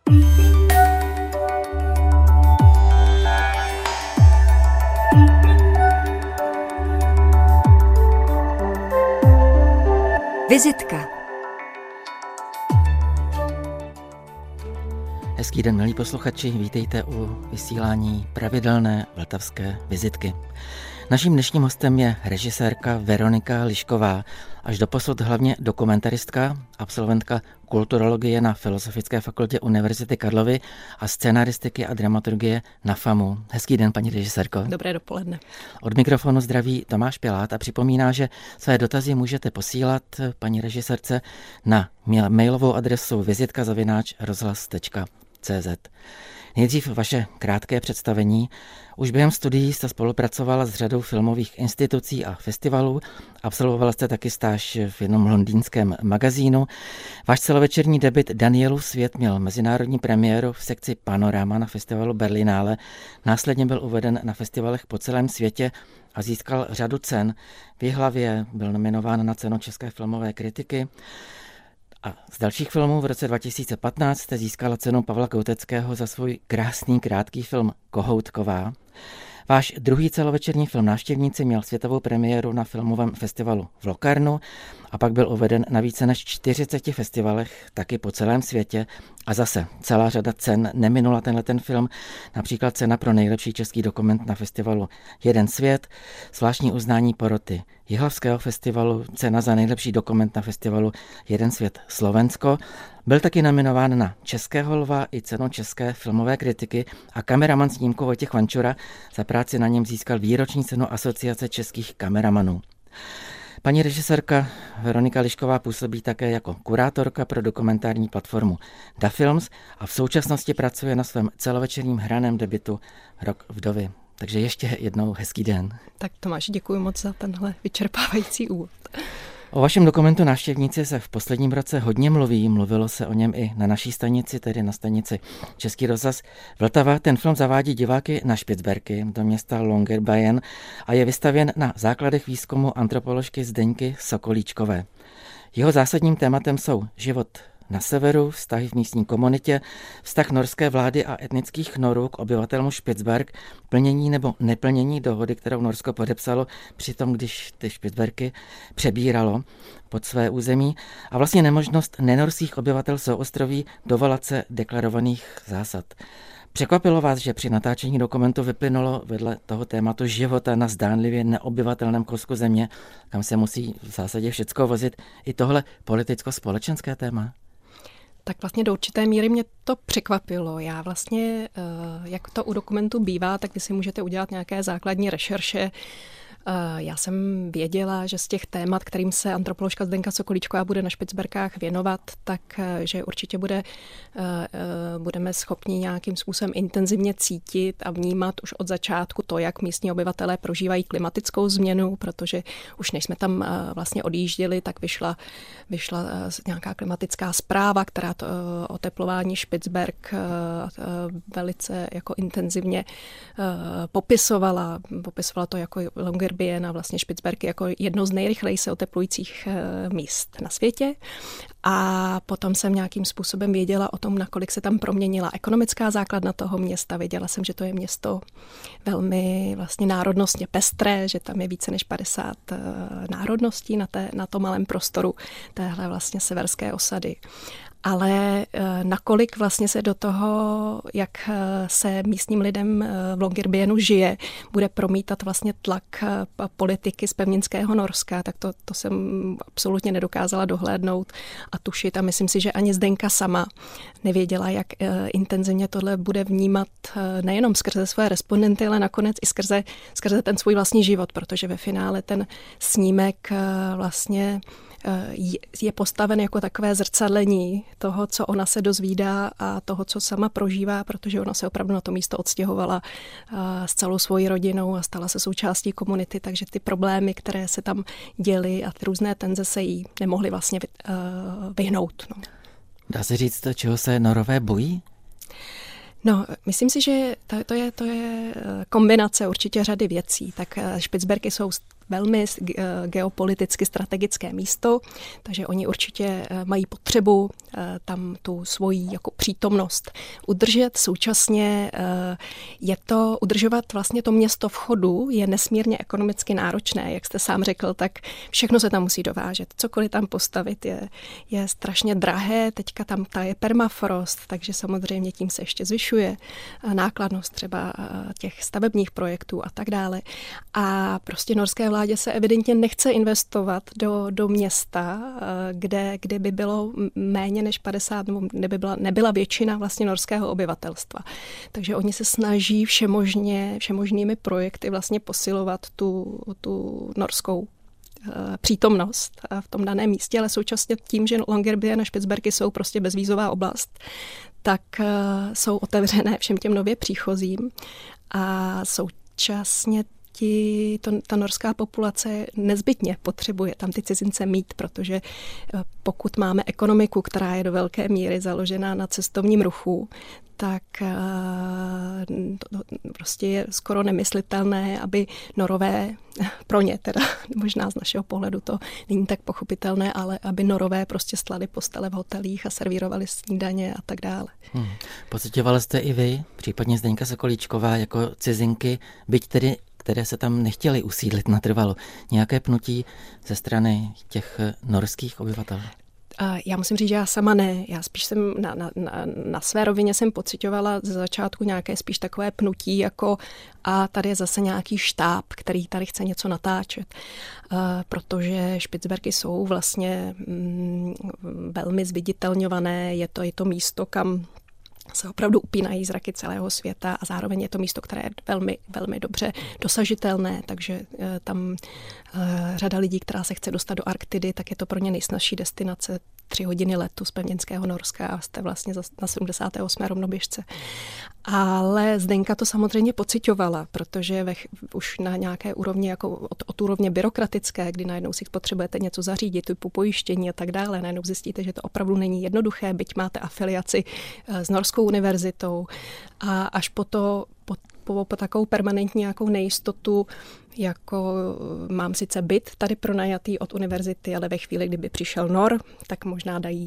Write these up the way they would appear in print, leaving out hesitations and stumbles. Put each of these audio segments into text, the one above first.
Vizitka. Hezký den, milí posluchači, vítejte u vysílání pravidelné vltavské vizitky. Naším dnešním hostem je režisérka Veronika Lišková, až doposud hlavně dokumentaristka, absolventka kulturologie na Filozofické fakultě Univerzity Karlovy a scenaristiky a dramaturgie na FAMu. Hezký den, paní režisérko. Dobré dopoledne. Od mikrofonu zdraví Tomáš Pilát a připomíná, že své dotazy můžete posílat paní režisérce na mailovou adresu vizitka@rozhlas.cz. Nejdřív vaše krátké představení. Už během studií jste spolupracovala s řadou filmových institucí a festivalů. Absolvovala jste taky stáž v jednom londýnském magazínu. Váš celovečerní debut Danielův svět měl mezinárodní premiéru v sekci Panorama na festivalu Berlinale. Následně byl uveden na festivalech po celém světě a získal řadu cen. V Jihlavě byl nominován na cenu České filmové kritiky. A z dalších filmů v roce 2015 jste získala cenu Pavla Kouteckého za svůj krásný krátký film Kohoutková. Váš druhý celovečerní film Návštěvníci měl světovou premiéru na filmovém festivalu v Locarnu a pak byl uveden na více než 40 festivalech, taky po celém světě. A zase celá řada cen neminula ten film, například cena pro nejlepší český dokument na festivalu Jeden svět, zvláštní uznání poroty Jihlavského festivalu, cena za nejlepší dokument na festivalu Jeden svět Slovensko. Byl taky nominován na Českého lva i cenu České filmové kritiky a kameraman snímku Vojtěch Vančura za práci na něm získal výroční cenu Asociace českých kameramanů. Paní režisérka Veronika Lišková působí také jako kurátorka pro dokumentární platformu Da Films a v současnosti pracuje na svém celovečerním hraném debutu Rok vdovy. Takže ještě jednou hezký den. Tak Tomáši, děkuji moc za tenhle vyčerpávající úvod. O vašem dokumentu Návštěvníci se v posledním roce hodně mluví. Mluvilo se o něm i na naší stanici, tedy na stanici Český rozhlas Vltava. Ten film zavádí diváky na Špicberky do města Longyearbyen a je vystavěn na základech výzkumu antropoložky Zdeňky Sokolíčkové. Jeho zásadním tématem jsou život na severu, vztahy v místní komunitě, vztah norské vlády a etnických Norů k obyvatelům Špicberk, plnění nebo neplnění dohody, kterou Norsko podepsalo přitom, když ty Špicberky přebíralo pod své území a vlastně nemožnost nenorských obyvatel souostroví dovolat se deklarovaných zásad. Překvapilo vás, že při natáčení dokumentu vyplynulo vedle toho tématu života na zdánlivě neobyvatelném kousku země, kam se musí v zásadě všecko vozit, i tohle politicko-společenské téma? Tak vlastně do určité míry mě to překvapilo. Já vlastně, jak to u dokumentu bývá, tak vy si můžete udělat nějaké základní rešerše. Já jsem věděla, že z těch témat, kterým se antropoložka Zdenka Sokolíčková bude na Špicberkách věnovat, tak že určitě budeme schopni nějakým způsobem intenzivně cítit a vnímat už od začátku to, jak místní obyvatelé prožívají klimatickou změnu, protože už než jsme tam vlastně odjížděli, tak vyšla nějaká klimatická zpráva, která to oteplování Špicberk velice jako intenzivně popisovala to jako Longyearbyen a vlastně Špicberky jako jedno z nejrychleji se oteplujících míst na světě. A potom jsem nějakým způsobem věděla o tom, nakolik se tam proměnila ekonomická základna toho města. Věděla jsem, že to je město velmi vlastně národnostně pestré, že tam je více než 50 národností na tom malém prostoru téhle vlastně severské osady. Ale nakolik vlastně se do toho, jak se místním lidem v Longyearbyenu žije, bude promítat vlastně tlak politiky z pevninského Norska, tak to jsem absolutně nedokázala dohlédnout a tušit. A myslím si, že ani Zdenka sama nevěděla, jak intenzivně tohle bude vnímat nejenom skrze své respondenty, ale nakonec i skrze ten svůj vlastní život, protože ve finále ten snímek vlastně je postaven jako takové zrcadlení toho, co ona se dozvídá a toho, co sama prožívá, protože ona se opravdu na to místo odstěhovala s celou svojí rodinou a stala se součástí komunity, takže ty problémy, které se tam děly a ty různé tenze se jí nemohly vlastně vyhnout. No. Dá se říct, čeho se Norové bojí? No, myslím si, že to je kombinace určitě řady věcí. Tak Špicberky jsou velmi geopoliticky strategické místo, takže oni určitě mají potřebu tam tu svoji jako přítomnost udržet. Současně udržovat vlastně to město v chodu je nesmírně ekonomicky náročné. Jak jste sám řekl, tak všechno se tam musí dovážet. Cokoliv tam postavit je strašně drahé. Teďka tam je permafrost, takže samozřejmě tím se ještě zvyšuje nákladnost třeba těch stavebních projektů a tak dále. A prostě norské vládě se evidentně nechce investovat do města, kde by bylo méně než 50, nebo nebyla většina vlastně norského obyvatelstva. Takže oni se snaží všemožnými projekty vlastně posilovat tu norskou přítomnost v tom daném místě, ale současně tím, že Longyearbyen a Špicberky jsou prostě bezvízová oblast, tak jsou otevřené všem těm nově příchozím a současně ta norská populace nezbytně potřebuje tam ty cizince mít, protože pokud máme ekonomiku, která je do velké míry založená na cestovním ruchu, tak to prostě je skoro nemyslitelné, aby Norové, pro ně teda, možná z našeho pohledu to není tak pochopitelné, ale aby Norové prostě stlali postele v hotelích a servírovali snídaně a tak dále. Pociťovala jste i vy, případně Zdeňka Sokolíčková, jako cizinky, byť tedy které se tam nechtěli usídlit natrvalo, nějaké pnutí ze strany těch norských obyvatel? Já musím říct, že já sama ne. Já spíš jsem na své rovině jsem pociťovala ze začátku nějaké spíš takové pnutí, jako a tady je zase nějaký štáb, který tady chce něco natáčet. Protože Špicberky jsou vlastně velmi zviditelňované, je to místo, kam se opravdu upínají zraky celého světa a zároveň je to místo, které je velmi, velmi dobře dosažitelné, takže tam řada lidí, která se chce dostat do Arktidy, tak je to pro ně nejsnazší destinace. 3 hodiny letu z pevninského Norska a jste vlastně na 78. rovnoběžce. Ale Zdenka to samozřejmě pociťovala, protože už na nějaké úrovni, jako od úrovně byrokratické, kdy najednou si potřebujete něco zařídit, typu pojištění a tak dále, najednou zjistíte, že to opravdu není jednoduché, byť máte afiliaci s Norskou univerzitou a až po takovou permanentní nějakou nejistotu, jako mám sice byt tady pronajatý od univerzity, ale ve chvíli, kdyby přišel Nor, tak možná dají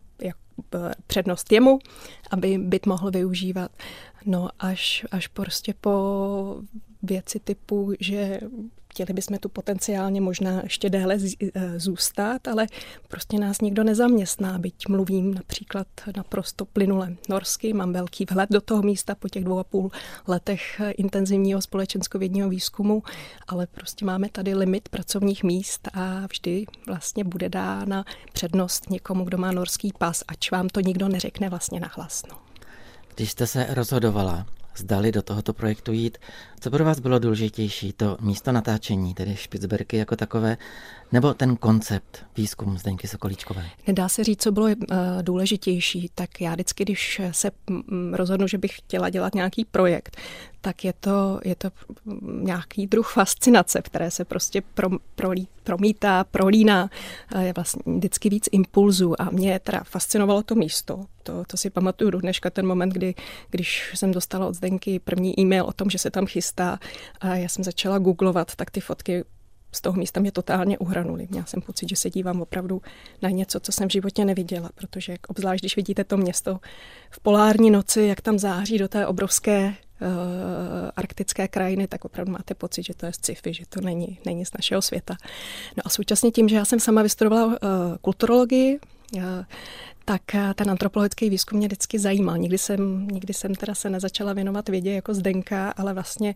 přednost jemu, aby byt mohl využívat. No až prostě po věci typu, že chtěli bychom tu potenciálně možná ještě déle zůstat, ale prostě nás nikdo nezaměstná, byť mluvím například naprosto plynule norsky, mám velký vhled do toho místa po těch 2,5 letech intenzivního společenskovědního výzkumu, ale prostě máme tady limit pracovních míst a vždy vlastně bude dána přednost někomu, kdo má norský pas, ač vám to nikdo neřekne vlastně nahlas. No. Když jste se rozhodovala, zdali do tohoto projektu jít, co pro vás bylo důležitější, to místo natáčení, tedy Špicberky jako takové, nebo ten koncept výzkumu Zdeňky Sokolíčkové? Nedá se říct, co bylo důležitější, tak já vždycky, když se rozhodnu, že bych chtěla dělat nějaký projekt, tak je to nějaký druh fascinace, které se prostě promítá, prolíná, je vlastně vždycky víc impulzů a mě teda fascinovalo to místo. To si pamatuju do dneška, ten moment, když jsem dostala od Zdenky první e-mail o tom, že se tam chystá a já jsem začala googlovat, tak ty fotky z toho místa mě totálně uhranuly. Měla jsem pocit, že se dívám opravdu na něco, co jsem v životě neviděla, protože obzvlášť, když vidíte to město v polární noci, jak tam září do té obrovské arktické krajiny, tak opravdu máte pocit, že to je sci-fi, že to není z našeho světa. No a současně tím, že já jsem sama vystudovala kulturologii, tak ten antropologický výzkum mě vždycky zajímal. Nikdy jsem teda se nezačala věnovat vědě jako Zdenka, ale vlastně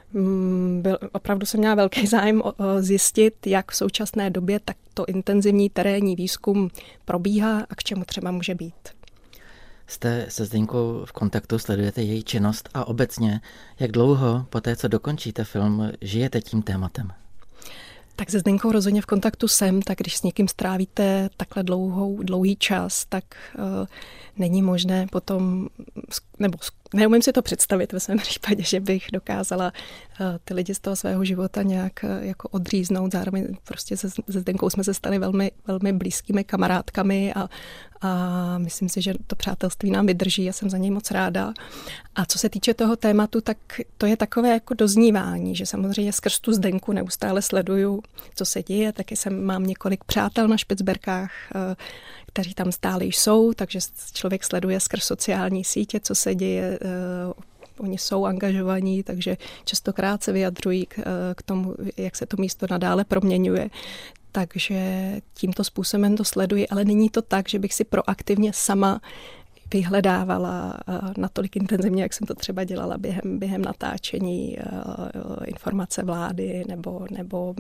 opravdu jsem měla velký zájem zjistit, jak v současné době takto intenzivní terénní výzkum probíhá a k čemu třeba může být. Jste se Zdeňkou v kontaktu, sledujete její činnost a obecně, jak dlouho po té, co dokončíte film, žijete tím tématem? Tak se Zdenkou rozhodně v kontaktu jsem, tak když s někým strávíte takhle dlouhý čas, tak není možné potom neumím si to představit ve svém případě, že bych dokázala ty lidi z toho svého života nějak jako odříznout. Zároveň prostě se Zdenkou jsme se stali velmi, velmi blízkými kamarádkami a myslím si, že to přátelství nám vydrží. Já jsem za něj moc ráda. A co se týče toho tématu, tak to je takové jako doznívání, že samozřejmě skrz tu Zdenku neustále sleduju, co se děje. Taky mám několik přátel na Špicberkách, kteří tam stále jsou, takže člověk sleduje skrz sociální sítě, co se děje. Oni jsou angažovaní, takže častokrát se vyjadřují k tomu, jak se to místo nadále proměňuje. Takže tímto způsobem to sleduji, ale není to tak, že bych si proaktivně sama vyhledávala natolik intenzivně, jak jsem to třeba dělala během natáčení informace vlády nebo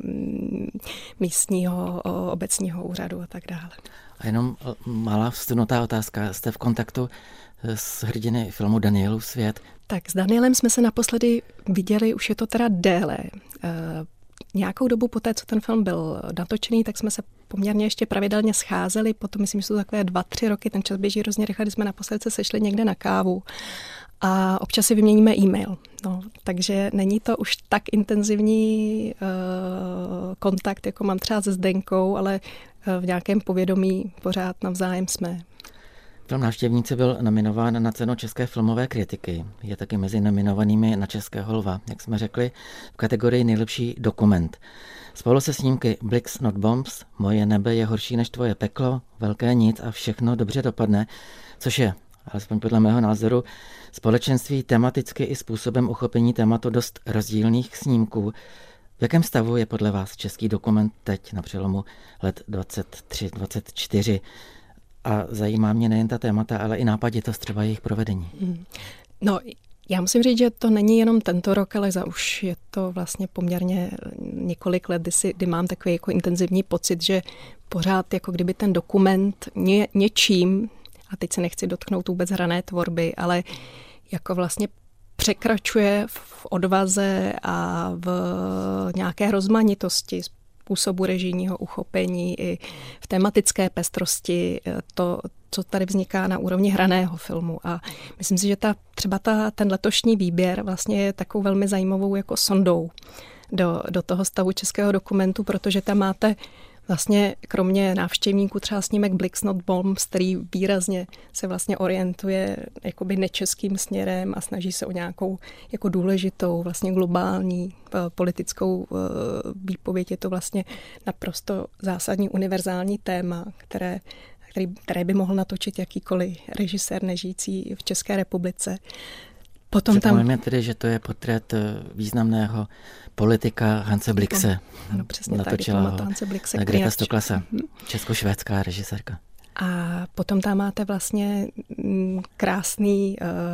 místního obecního úřadu a tak dále. A jenom malá vstupnutá otázka. Jste v kontaktu s hrdiny filmu Danielův svět? Tak s Danielem jsme se naposledy viděli, už je to teda déle. Nějakou dobu poté, co ten film byl natočený, tak jsme se poměrně ještě pravidelně scházeli, potom myslím, že jsou takové 2-3 roky, ten čas běží hrozně rychle, kdy jsme naposledy se sešli někde na kávu a občas si vyměníme e-mail. No, takže není to už tak intenzivní kontakt, jako mám třeba se Zdenkou, ale v nějakém povědomí pořád navzájem jsme. Film Návštěvníci byl nominován na cenu České filmové kritiky. Je taky mezi nominovanými na Českého lva, jak jsme řekli, v kategorii nejlepší dokument. Spolu se snímky Blicks Not Bombs, Moje nebe je horší než tvoje peklo, Velké nic a Všechno dobře dopadne, což je, alespoň podle mého názoru, společenství tematicky i způsobem uchopení tématu dost rozdílných snímků. V jakém stavu je podle vás český dokument teď na přelomu let 23-24? A zajímá mě nejen ta témata, ale i nápaditost třeba jejich provedení. No, já musím říct, že to není jenom tento rok, ale už je to vlastně poměrně několik let, kdy mám takový jako intenzivní pocit, že pořád jako kdyby ten dokument něčím, a teď se nechci dotknout vůbec hrané tvorby, ale jako vlastně překračuje v odvaze a v nějaké rozmanitosti způsobu režijního uchopení i v tematické pestrosti to, co tady vzniká na úrovni hraného filmu. A myslím si, že ten letošní výběr vlastně je takovou velmi zajímavou jako sondou do toho stavu českého dokumentu, protože tam máte vlastně kromě návštěvníků třeba snímek Blicks Not Bombs, který výrazně se vlastně orientuje jakoby nečeským směrem a snaží se o nějakou jako důležitou vlastně globální politickou výpověď. Je to vlastně naprosto zásadní univerzální téma, které by mohl natočit jakýkoliv režisér nežijící v České republice. Potom tam tedy, že to je portrét významného politika Hanse Blixe. Ano, přesně natočila tak, Hanse Blixe. Greta Stoklasa, česko-švédská režisérka. A potom tam máte vlastně krásný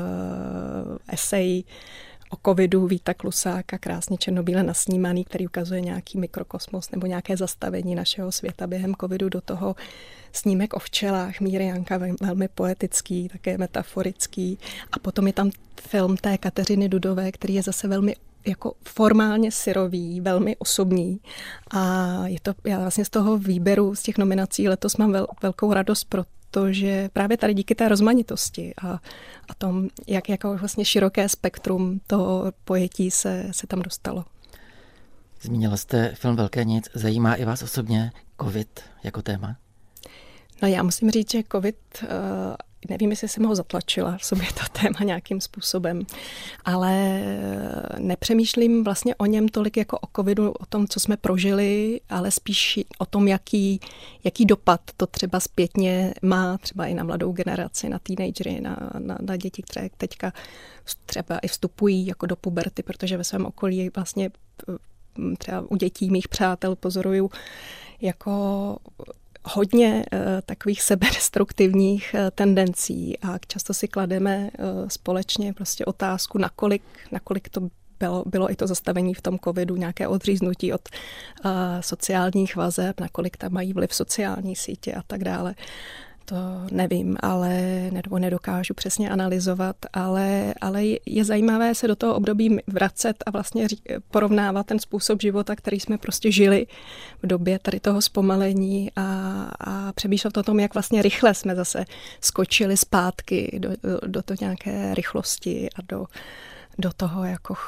esej o covidu Víta Klusáka, krásně černobíle nasnímaný, který ukazuje nějaký mikrokosmos nebo nějaké zastavení našeho světa během covidu. Do toho snímek o včelách Míry Janka, velmi poetický, také metaforický. A potom je tam film té Kateřiny Dudové, který je zase velmi jako formálně syrový, velmi osobní. A já vlastně z toho výběru, z těch nominací letos mám velkou radost, protože právě tady díky té rozmanitosti a tom, jak vlastně široké spektrum toho pojetí se tam dostalo. Zmínila jste film Velké nic. Zajímá i vás osobně covid jako téma? No já musím říct, že covid, nevím, jestli jsem ho zatlačila v sobě to téma nějakým způsobem, ale nepřemýšlím vlastně o něm tolik jako o covidu, o tom, co jsme prožili, ale spíš o tom, jaký dopad to třeba zpětně má třeba i na mladou generaci, na teenagery, na děti, které teďka třeba i vstupují jako do puberty, protože ve svém okolí vlastně třeba u dětí mých přátel pozoruju jako hodně takových sebedestruktivních tendencí a často si klademe společně prostě otázku, nakolik to bylo i to zastavení v tom covidu, nějaké odříznutí od sociálních vazeb, nakolik tam mají vliv sociální sítě a tak dále. To nevím, nebo nedokážu přesně analyzovat, ale je zajímavé se do toho období vracet a vlastně porovnávat ten způsob života, který jsme prostě žili v době tady toho zpomalení a přemýšlet o tom, jak vlastně rychle jsme zase skočili zpátky do to nějaké rychlosti a do toho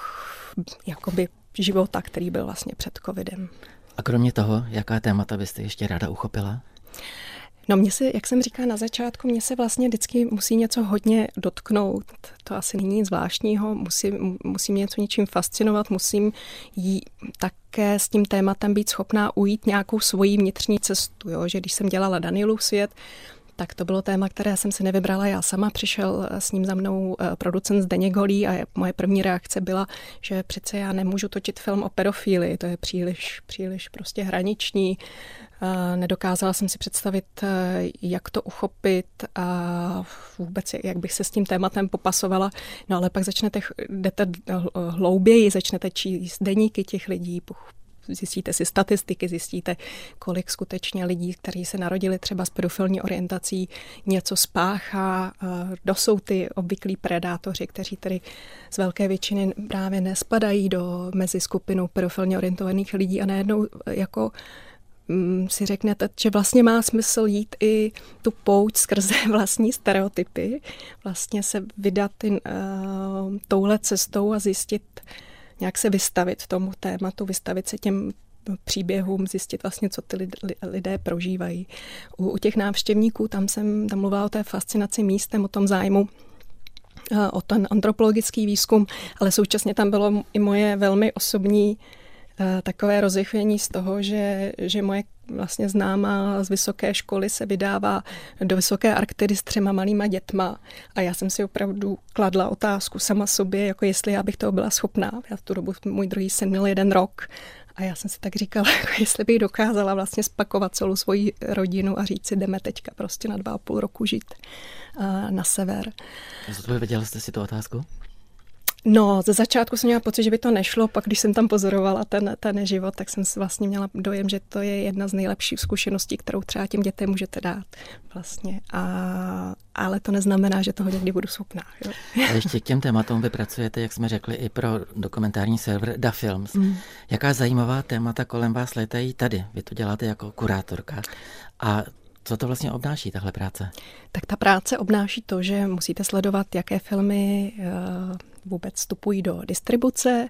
jakoby života, který byl vlastně před covidem. A kromě toho, jaká témata byste ještě ráda uchopila? No jak jsem říkala na začátku, mě se vlastně vždycky musí něco hodně dotknout. To asi není nic zvláštního, musí mě něco něčím fascinovat, musím také s tím tématem být schopná ujít nějakou svoji vnitřní cestu. Jo? Že když jsem dělala Danielův svět, tak to bylo téma, které jsem si nevybrala já sama. Přišel s ním za mnou producent Zdeněk Holý a moje první reakce byla, že přece já nemůžu točit film o pedofílii, to je příliš prostě hraniční. Nedokázala jsem si představit, jak to uchopit a vůbec, jak bych se s tím tématem popasovala. No ale pak jdete hlouběji, začnete číst deníky těch lidí, zjistíte si statistiky, zjistíte, kolik skutečně lidí, kteří se narodili třeba s pedofilní orientací, něco spáchá. Kdo jsou ty obvyklí predátoři, kteří tedy z velké většiny právě nespadají mezi skupinu pedofilně orientovaných lidí a najednou jako si řeknete, že vlastně má smysl jít i tu pouť skrze vlastní stereotypy, vlastně se vydat touhle cestou a zjistit, nějak se vystavit tomu tématu, vystavit se těm příběhům, zjistit vlastně, co ty lidé prožívají. U těch návštěvníků, tam mluvila o té fascinaci místem, o tom zájmu, o ten antropologický výzkum, ale současně tam bylo i moje velmi osobní takové rozechvění z toho, že moje vlastně známá z vysoké školy se vydává do vysoké Arktidy s 3 malýma dětma a já jsem si opravdu kladla otázku sama sobě, jako jestli já bych toho byla schopná. Já v tu dobu můj druhý syn měl 1 rok a já jsem si tak říkala, jako jestli bych dokázala vlastně spakovat celou svoji rodinu a říct si, jdeme teďka prostě na 2,5 roku žít na sever. Zodpověděla jste si tu otázku? No, ze začátku jsem měla pocit, že by to nešlo, pak když jsem tam pozorovala ten život, tak jsem si vlastně měla dojem, že to je jedna z nejlepších zkušeností, kterou třeba těm dětem můžete dát vlastně. Ale to neznamená, že toho někdy budu schopná. Jo? A ještě k těm tématům vy pracujete, jak jsme řekli, i pro dokumentární server Da Films. Jaká zajímavá témata kolem vás létají tady? Vy to děláte jako kurátorka. A co to vlastně obnáší, tahle práce? Tak ta práce obnáší to, že musíte sledovat, jaké filmy vůbec vstupují do distribuce.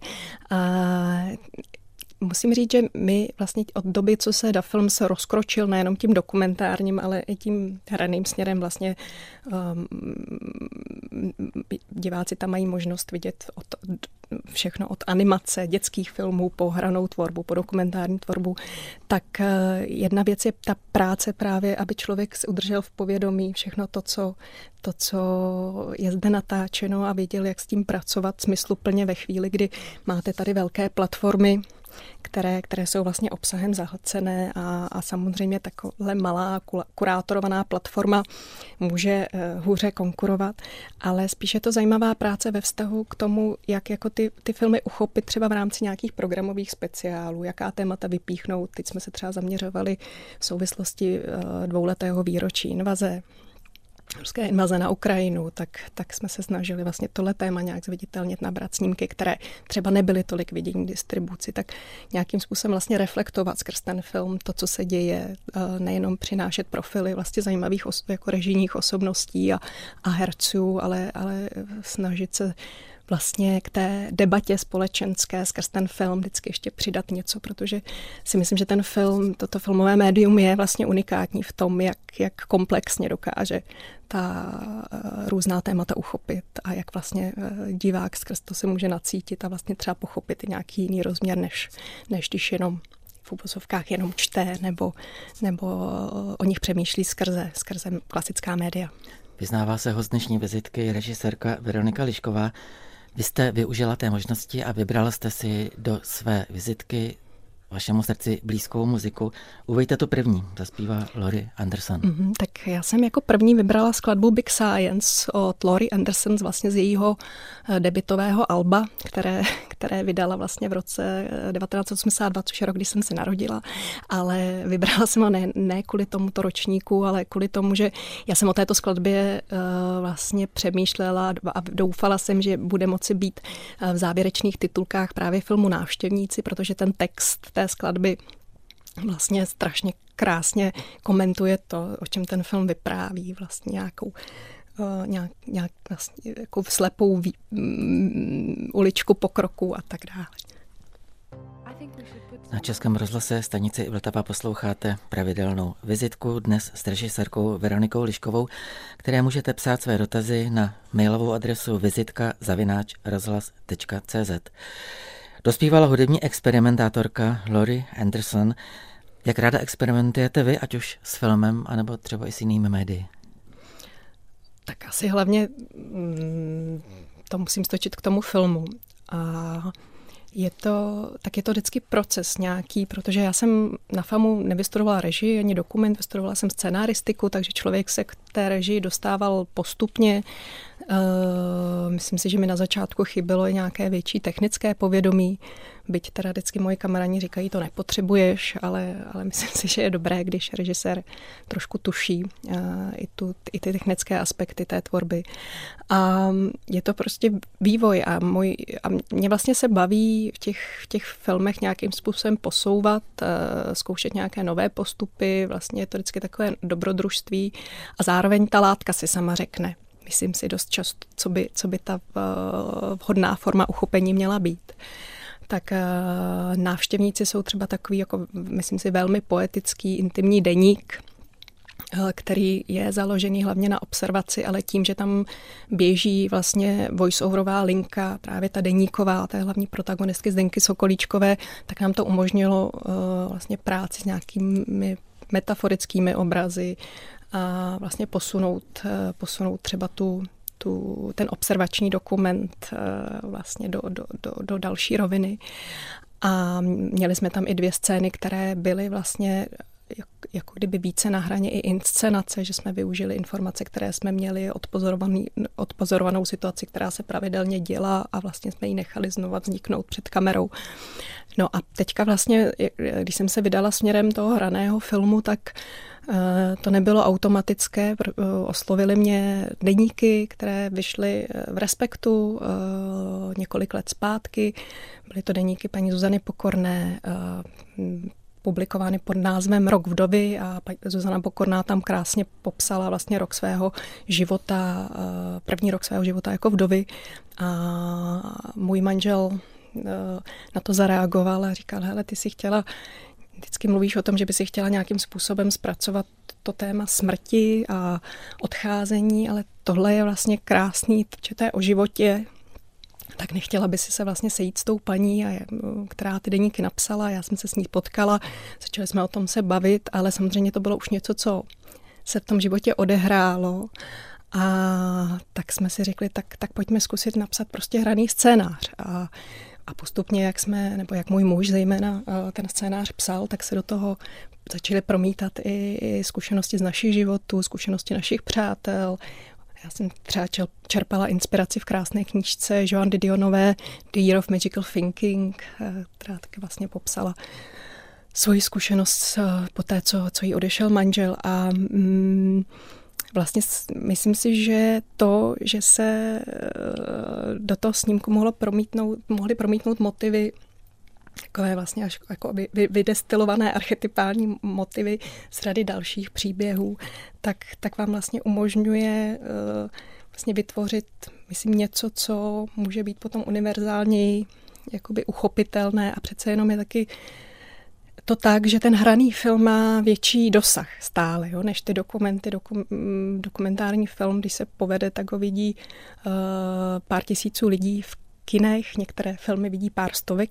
Musím říct, že my vlastně od doby, co se Da Film se rozkročil nejenom tím dokumentárním, ale i tím hraným směrem, vlastně diváci tam mají možnost vidět všechno od animace, dětských filmů po hranou tvorbu, po dokumentární tvorbu, tak jedna věc je ta práce právě, aby člověk si udržel v povědomí všechno to, co je zde natáčeno a věděl, jak s tím pracovat smysluplně ve chvíli, kdy máte tady velké platformy, které jsou vlastně obsahem zahlcené a samozřejmě takhle malá kurátorovaná platforma může hůře konkurovat, ale spíše je to zajímavá práce ve vztahu k tomu, jak jako ty filmy uchopit třeba v rámci nějakých programových speciálů, jaká témata vypíchnout. Teď jsme se třeba zaměřovali v souvislosti 2letého výročí ruské invaze na Ukrajinu, tak jsme se snažili vlastně tohle téma nějak zviditelnit, nabrat snímky, které třeba nebyly tolik vidění v distribuci, tak nějakým způsobem vlastně reflektovat skrz ten film to, co se děje, nejenom přinášet profily vlastně zajímavých jako režijních osobností a herců, ale snažit se vlastně k té debatě společenské skrz ten film vždycky ještě přidat něco, protože si myslím, že ten film, toto filmové médium je vlastně unikátní v tom, jak komplexně dokáže ta různá témata uchopit a jak vlastně divák skrz to se může nacítit a vlastně třeba pochopit i nějaký jiný rozměr, než když jenom v uvozovkách jenom čte nebo o nich přemýšlí skrze klasická média. Vyznává se host dnešní vizitky režisérka Veronika Lišková. Vy jste využila té možnosti a vybrala jste si do své vizitky vašemu srdci blízkou muziku. Uveďte to první, zaspívá Laurie Anderson. Tak já jsem jako první vybrala skladbu Big Science od Laurie Anderson, vlastně z jejího debutového alba, které vydala vlastně v roce 1982, což je rok, kdy jsem se narodila, ale vybrala jsem ho ne kvůli tomuto ročníku, ale kvůli tomu, že já jsem o této skladbě vlastně přemýšlela a doufala jsem, že bude moci být v závěrečných titulkách právě filmu Návštěvníci, protože ten text té skladby vlastně strašně krásně komentuje to, o čem ten film vypráví, vlastně nějak vlastně jako slepou uličku pokroku a tak dále. Na Českém rozhlase stanici Vltava posloucháte pravidelnou vizitku, dnes s režisérkou Veronikou Liškovou, které můžete psát své dotazy na mailovou adresu vizitka@rozhlas.cz. Dospívala hudební experimentátorka Laurie Anderson. Jak ráda experimentujete vy, ať už s filmem, anebo třeba i s jinými médii? Tak asi hlavně to musím stočit k tomu filmu. A je to vždycky proces nějaký, protože já jsem na FAMu nevystudovala režii ani dokument, vystudovala jsem scenáristiku, takže člověk se k té režii dostával postupně. Myslím si, že mi na začátku chybělo i nějaké větší technické povědomí, byť teda vždycky moji kamarádi říkají, to nepotřebuješ, ale myslím si, že je dobré, když režisér trošku tuší i ty technické aspekty té tvorby. A je to prostě vývoj a mě vlastně se baví v těch filmech nějakým způsobem posouvat, zkoušet nějaké nové postupy, vlastně je to vždycky takové dobrodružství a zároveň ta látka si sama řekne. Myslím si dost často, co by ta vhodná forma uchopení měla být. Tak Návštěvníci jsou třeba takový, jako myslím si, velmi poetický, intimní deník, který je založený hlavně na observaci, ale tím, že tam běží vlastně voice-overová linka, právě ta deníková, té hlavní protagonistky Zdenky Sokolíčkové, tak nám to umožnilo vlastně práci s nějakými metaforickými obrazy a vlastně posunout třeba ten observační dokument vlastně do další roviny. A měli jsme tam i 2 scény, které byly vlastně jako kdyby více na hraně i inscenace, že jsme využili informace, které jsme měli odpozorovanou situaci, která se pravidelně děla a vlastně jsme ji nechali znova vzniknout před kamerou. No a teďka vlastně, když jsem se vydala směrem toho hraného filmu, tak to nebylo automatické. Oslovily mě deníky, které vyšly v Respektu několik let zpátky. Byly to deníky paní Zuzany Pokorné, publikovány pod názvem Rok vdovy a Zuzana Pokorná tam krásně popsala vlastně rok svého života, první rok svého života jako vdovy. A můj manžel na to zareagoval a říkal, hele, ty si chtěla, vždycky mluvíš o tom, že by si chtěla nějakým způsobem zpracovat to téma smrti a odcházení, ale tohle je vlastně krásný, že to je o životě, tak nechtěla by si se vlastně sejít s tou paní, která ty deníky napsala, já jsem se s ní potkala, začali jsme o tom se bavit, ale samozřejmě to bylo už něco, co se v tom životě odehrálo. A tak jsme si řekli, tak pojďme zkusit napsat prostě hraný scénář. A postupně, jak můj muž zejména ten scénář psal, tak se do toho začaly promítat i zkušenosti z našich životů, zkušenosti našich přátel. Já jsem třeba čerpala inspiraci v krásné knížce Joan Didionové The Year of Magical Thinking, která taky vlastně popsala svoji zkušenost po té, co jí odešel manžel. A vlastně myslím si, že to, že se do toho snímku mohly promítnout motivy, takové vlastně až jako vydestilované archetypální motivy z řady dalších příběhů, tak vám vlastně umožňuje vlastně vytvořit, myslím, něco, co může být potom univerzálněji jakoby uchopitelné a přece jenom je taky to tak, že ten hraný film má větší dosah stále, jo, než ty dokumenty. Dokumentární film, když se povede, tak ho vidí pár tisíců lidí v kinech, některé filmy vidí pár stovek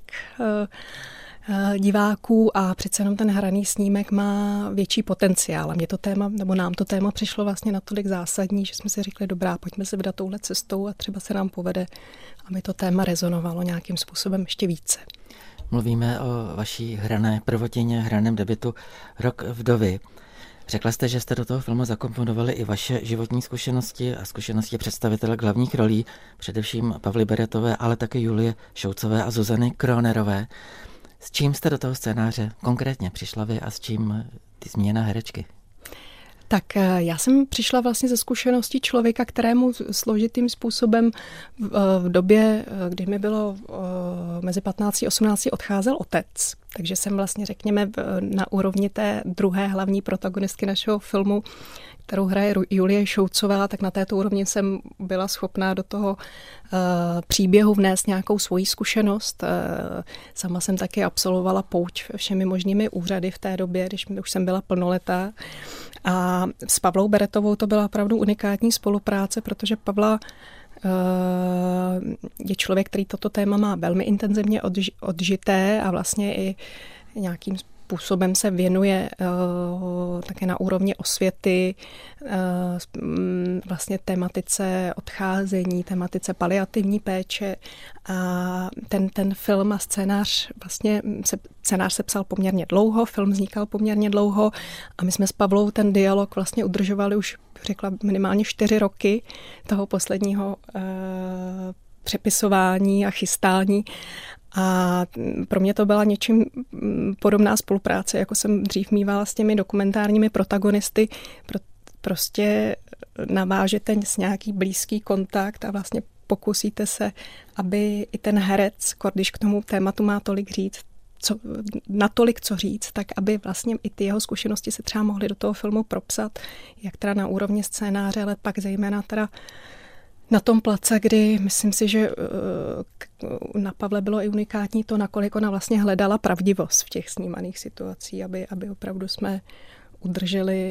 diváků a přece jenom ten hraný snímek má větší potenciál. A mě to téma, nebo nám to téma přišlo vlastně natolik zásadní, že jsme si řekli, dobrá, pojďme se vydat touhle cestou a třeba se nám povede, aby to téma rezonovalo nějakým způsobem ještě více. Mluvíme o vaší hrané prvotině, hraném debutu Rok vdovy. Řekla jste, že jste do toho filmu zakomponovali i vaše životní zkušenosti a zkušenosti představitelek hlavních rolí, především Pavly Beretové, ale také Julie Šoucové a Zuzany Kronerové. S čím jste do toho scénáře konkrétně přišla vy a s čím ty zmíněné herečky? Tak já jsem přišla vlastně ze zkušeností člověka, kterému složitým způsobem v době, kdy mi bylo mezi 15 a 18 odcházel otec. Takže jsem vlastně, řekněme, na úrovni té druhé hlavní protagonistky našeho filmu, kterou hraje Julie Šoucová, tak na této úrovni jsem byla schopná do toho příběhu vnést nějakou svoji zkušenost. Sama jsem taky absolvovala pouť všemi možnými úřady v té době, když už jsem byla plnoletá. A s Pavlou Beretovou to byla opravdu unikátní spolupráce, protože Pavla je člověk, který toto téma má velmi intenzivně odžité a vlastně i nějakým způsobem se věnuje také na úrovni osvěty vlastně tematice odcházení, tematice paliativní péče a ten film a scénář vlastně scénář se psal poměrně dlouho, film vznikal poměrně dlouho a my jsme s Pavlou ten dialog vlastně udržovali už řekla minimálně 4 roky toho posledního přepisování a chystání. A pro mě to byla něčím podobná spolupráce, jako jsem dřív mívala s těmi dokumentárními protagonisty. Prostě navážete s nějaký blízký kontakt a vlastně pokusíte se, aby i ten herec, když k tomu tématu má tolik říct, natolik co říct, tak aby vlastně i ty jeho zkušenosti se třeba mohly do toho filmu propsat, jak teda na úrovni scénáře, ale pak zejména teda na tom place, kdy myslím si, že na Pavle bylo i unikátní to, nakolik ona vlastně hledala pravdivost v těch snímaných situacích, aby opravdu jsme udrželi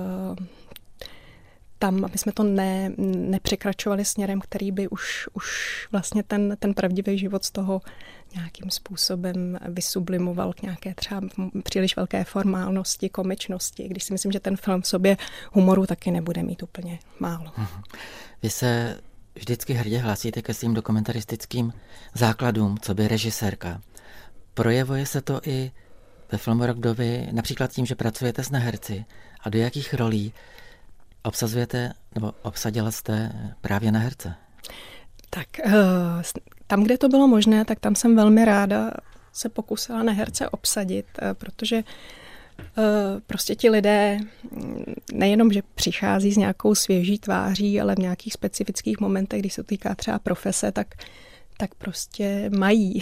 tam, aby jsme to nepřekračovali směrem, který by už vlastně ten pravdivý život z toho nějakým způsobem vysublimoval k nějaké třeba příliš velké formálnosti, komičnosti, když si myslím, že ten film v sobě humoru taky nebude mít úplně málo. Vy se vždycky hrdě hlásíte ke svým dokumentaristickým základům, co by režisérka. Projevuje se to i ve filmu Rok vdovy, například tím, že pracujete s neherci a do jakých rolí obsazujete nebo obsadila jste právě neherce? Tak tam, kde to bylo možné, tak tam jsem velmi ráda se pokusila neherce obsadit, protože prostě ti lidé nejenom, že přichází s nějakou svěží tváří, ale v nějakých specifických momentech, když se to týká třeba profese, tak prostě mají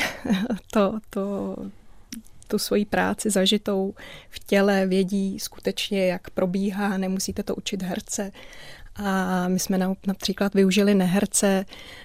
tu svoji práci zažitou v těle, vědí skutečně, jak probíhá, nemusíte to učit herce. A my jsme například využili neherce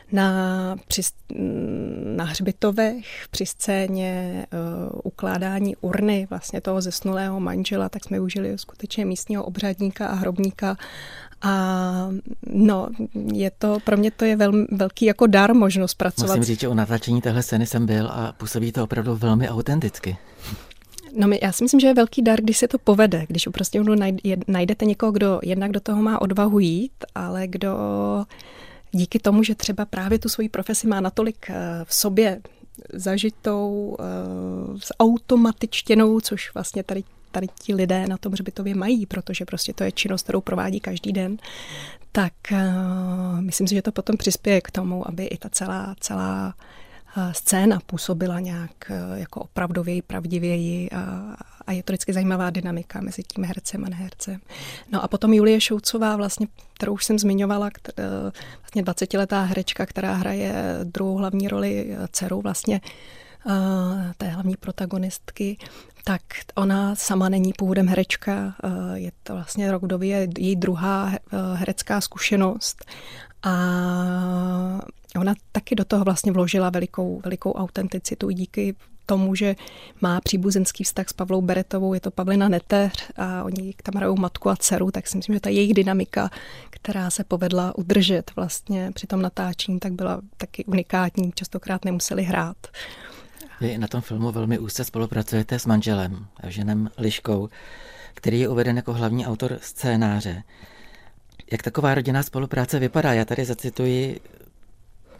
na hřbitovech při scéně ukládání urny vlastně toho zesnulého manžela, tak jsme využili skutečně místního obřadníka a hrobníka. A no, pro mě to je velký jako dar možnost pracovat. Musím říct, že u natáčení téhle scény jsem byl a působí to opravdu velmi autenticky. No, já si myslím, že je velký dar, když se to povede, když prostě najdete někoho, kdo jednak do toho má odvahu jít, ale kdo díky tomu, že třeba právě tu svoji profesi má natolik v sobě zažitou, zautomatičtěnou, což vlastně tady ti lidé na tom hřbitově mají, protože prostě to je činnost, kterou provádí každý den, tak myslím si, že to potom přispěje k tomu, aby i ta celá scéna působila nějak jako opravdověji, pravdivěji a je to vždycky zajímavá dynamika mezi tím hercem a nehercem. No a potom Julie Šoucová, vlastně, kterou už jsem zmiňovala, vlastně 20letá herečka, která hraje druhou hlavní roli dceru vlastně té hlavní protagonistky, tak ona sama není původem herečka, je to vlastně Rok vdovy, je její druhá herecká zkušenost a ona taky do toho vlastně vložila velikou autenticitu díky tomu, že má příbuzenský vztah s Pavlou Beretovou, je to Pavlina neteř a oni tam hrajou matku a dceru, tak si myslím, že ta jejich dynamika, která se povedla udržet vlastně při tom natáčení, tak byla taky unikátní, častokrát nemuseli hrát. Vy na tom filmu velmi úzce spolupracujete s manželem, Evženem Liškou, který je uveden jako hlavní autor scénáře. Jak taková rodinná spolupráce vypadá? Já tady zacituji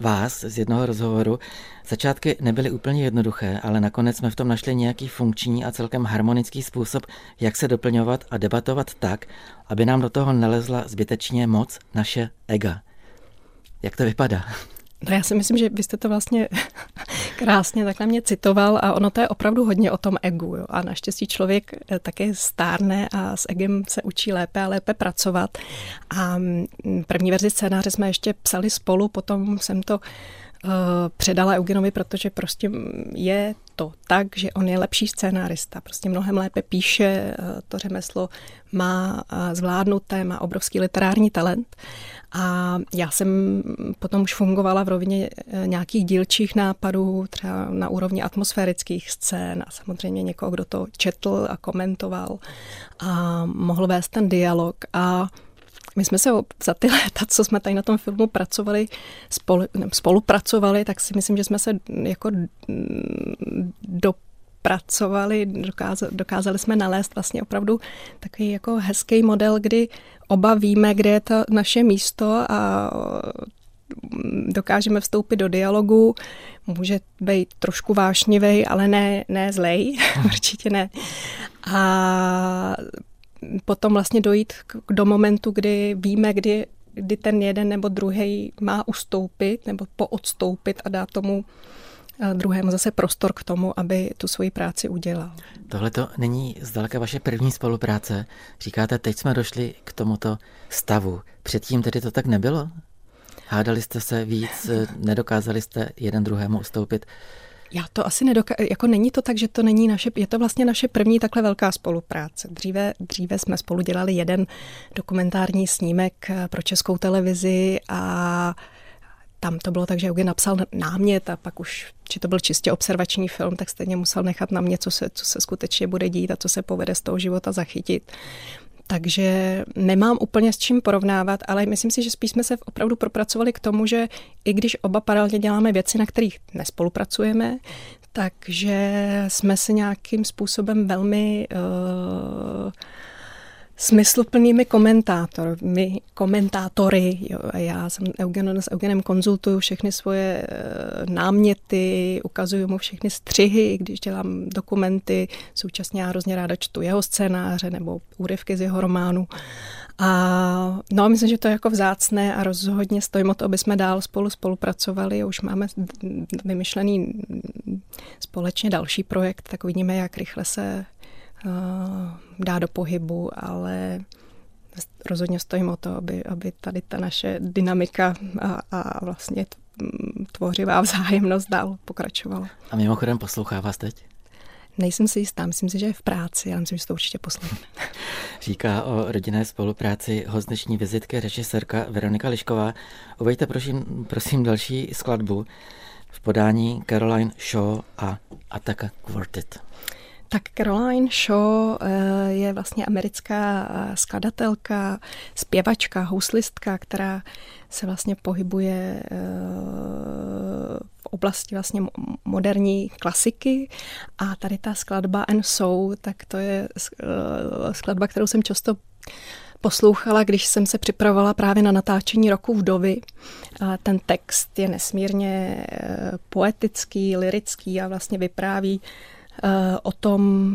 vás z jednoho rozhovoru. Začátky nebyly úplně jednoduché, ale nakonec jsme v tom našli nějaký funkční a celkem harmonický způsob, jak se doplňovat a debatovat tak, aby nám do toho nelezla zbytečně moc naše ega. Jak to vypadá? No já si myslím, že vy jste to vlastně krásně tak na mě citoval a ono to je opravdu hodně o tom egu. Jo? A naštěstí člověk taky stárne a s egem se učí lépe a lépe pracovat. A první verzi scénáře jsme ještě psali spolu, potom jsem to předala Eugenovi, protože prostě je to tak, že on je lepší scénárista, prostě mnohem lépe píše, to řemeslo má zvládnuté, má obrovský literární talent. A já jsem potom už fungovala v rovině nějakých dílčích nápadů, třeba na úrovni atmosférických scén a samozřejmě někoho, kdo to četl a komentoval a mohl vést ten dialog. A my jsme se za ty léta, co jsme tady na tom filmu spolupracovali, tak si myslím, že jsme se jako dokázali jsme nalézt vlastně opravdu takový jako hezký model, kdy oba víme, kde je to naše místo a dokážeme vstoupit do dialogu. Může být trošku vášnivý, ale ne zlej, určitě ne. A potom vlastně dojít do momentu, kdy víme, kdy ten jeden nebo druhý má ustoupit nebo poodstoupit a dát tomu druhému zase prostor k tomu, aby tu svoji práci udělal. Tohle to není zdaleka vaše první spolupráce. Říkáte, teď jsme došli k tomuto stavu. Předtím tedy to tak nebylo? Hádali jste se víc, nedokázali jste jeden druhému ustoupit? Já to asi jako není to tak, že to není je to vlastně naše první takhle velká spolupráce. Dříve jsme spolu dělali jeden dokumentární snímek pro Českou televizi a tam to bylo tak, že Eugen napsal námět a pak už, či to byl čistě observační film, tak stejně musel nechat na mě, co se skutečně bude dít a co se povede z toho života zachytit. Takže nemám úplně s čím porovnávat, ale myslím si, že spíš jsme se opravdu propracovali k tomu, že i když oba paralelně děláme věci, na kterých nespolupracujeme, takže jsme se nějakým způsobem velmi smysluplnými komentátory. Jo. Já jsem s Eugenem konzultuju všechny svoje náměty, ukazuju mu všechny střihy, když dělám dokumenty, současně já hrozně ráda čtu jeho scénáře nebo úryvky z jeho románu. A no, myslím, že to je jako vzácné a rozhodně stojím o to, aby jsme dál spolupracovali. Už máme vymyšlený společně další projekt, tak uvidíme, jak rychle se dá do pohybu, ale rozhodně stojím o to, aby tady ta naše dynamika a vlastně tvořivá vzájemnost dál pokračovala. A mimochodem poslouchá vás teď? Nejsem si jistá, myslím si, že je v práci, ale myslím, že to určitě poslechne. Říká o rodinné spolupráci host dnešní vizitky režisérka Veronika Lišková. Uveďte prosím další skladbu v podání Caroline Shaw a Attaka Quartet. Tak Caroline Shaw je vlastně americká skladatelka, zpěvačka, houslistka, která se vlastně pohybuje v oblasti vlastně moderní klasiky a tady ta skladba And So, tak to je skladba, kterou jsem často poslouchala, když jsem se připravovala právě na natáčení Roku vdovy. Ten text je nesmírně poetický, lyrický a vlastně vypráví o tom,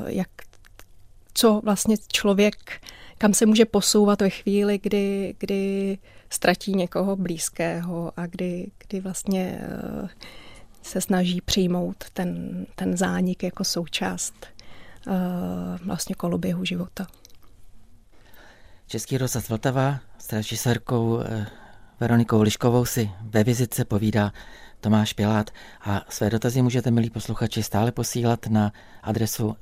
co vlastně člověk, kam se může posouvat ve chvíli, kdy ztratí někoho blízkého a kdy vlastně se snaží přijmout ten zánik jako součást vlastně koloběhu života. Český rozhlas Vltava s režisérkou Veronikou Liškovou si ve vizitce povídá Tomáš Pilát a své dotazy můžete, milí posluchači, stále posílat na adresu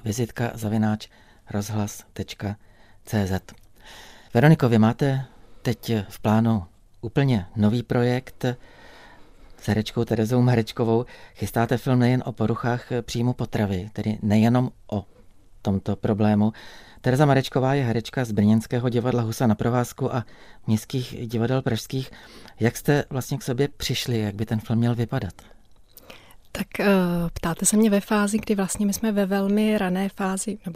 vizitka@rozhlas.cz. Veroniko, vy máte teď v plánu úplně nový projekt s herečkou Terezou Marečkovou. Chystáte film nejen o poruchách příjmu potravy, tedy nejenom o tomto problému. Tereza Marečková je herečka z brněnského divadla Husa na provázku a městských divadel pražských. Jak jste vlastně k sobě přišli, jak by ten film měl vypadat? Tak ptáte se mě ve fázi, kdy vlastně my jsme ve velmi rané fázi, nebo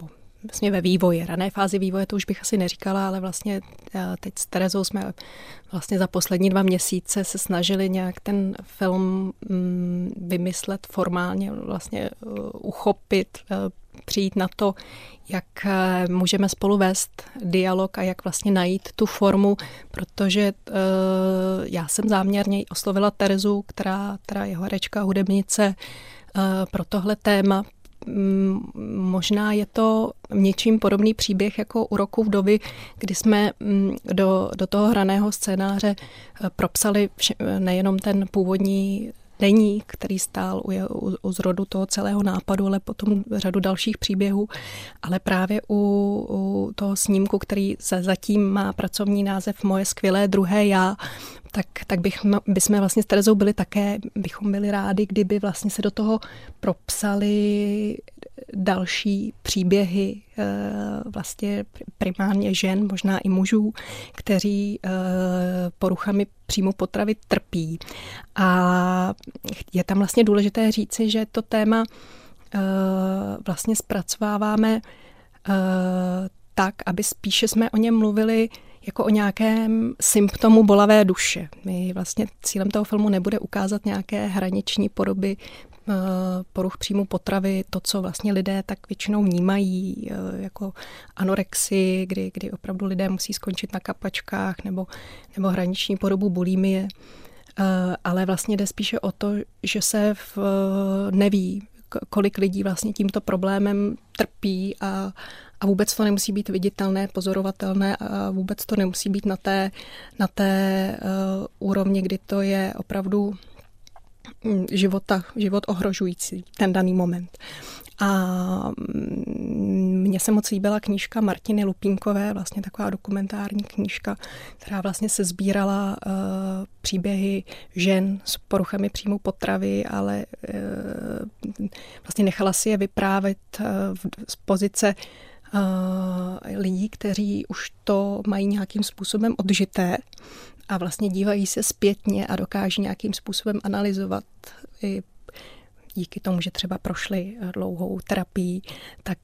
vlastně ve vývoji, rané fázi vývoje, to už bych asi neříkala, ale vlastně teď s Terezou jsme vlastně za poslední 2 měsíce se snažili nějak ten film vymyslet formálně, vlastně uchopit, přijít na to, jak můžeme spolu vést dialog a jak vlastně najít tu formu, protože já jsem záměrně oslovila Terezu, která je herečka, hudebnice, pro tohle téma. Možná je to něčím podobný příběh jako u Roku vdovy, kdy jsme do toho hraného scénáře propsali nejenom ten původní deník, který stál u zrodu toho celého nápadu, ale potom řadu dalších příběhů, ale právě u toho snímku, který zatím má pracovní název Moje skvělé druhé já, tak bychom vlastně s Terezou bychom byli rádi, kdyby vlastně se do toho propsali další příběhy vlastně primárně žen, možná i mužů, kteří poruchami příjmu potravy trpí. A je tam vlastně důležité říci, že to téma vlastně zpracováváme tak, aby spíše jsme o něm mluvili jako o nějakém symptomu bolavé duše. My vlastně cílem toho filmu nebude ukázat nějaké hraniční podoby poruch příjmu potravy, to, co vlastně lidé tak většinou vnímají jako anorexii, kdy opravdu lidé musí skončit na kapačkách, nebo hraniční podobu bulimie. Ale vlastně jde spíše o to, že se neví, kolik lidí vlastně tímto problémem trpí a vůbec to nemusí být viditelné, pozorovatelné a vůbec to nemusí být na té úrovni, kdy to je opravdu život ohrožující ten daný moment. A mně se moc líbila knížka Martiny Lupínkové, vlastně taková dokumentární knížka, která vlastně se sbírala příběhy žen s poruchami příjmu potravy, ale vlastně nechala si je vyprávět z pozice lidí, kteří už to mají nějakým způsobem odžité a vlastně dívají se zpětně a dokáží nějakým způsobem analyzovat i díky tomu, že třeba prošli dlouhou terapii, tak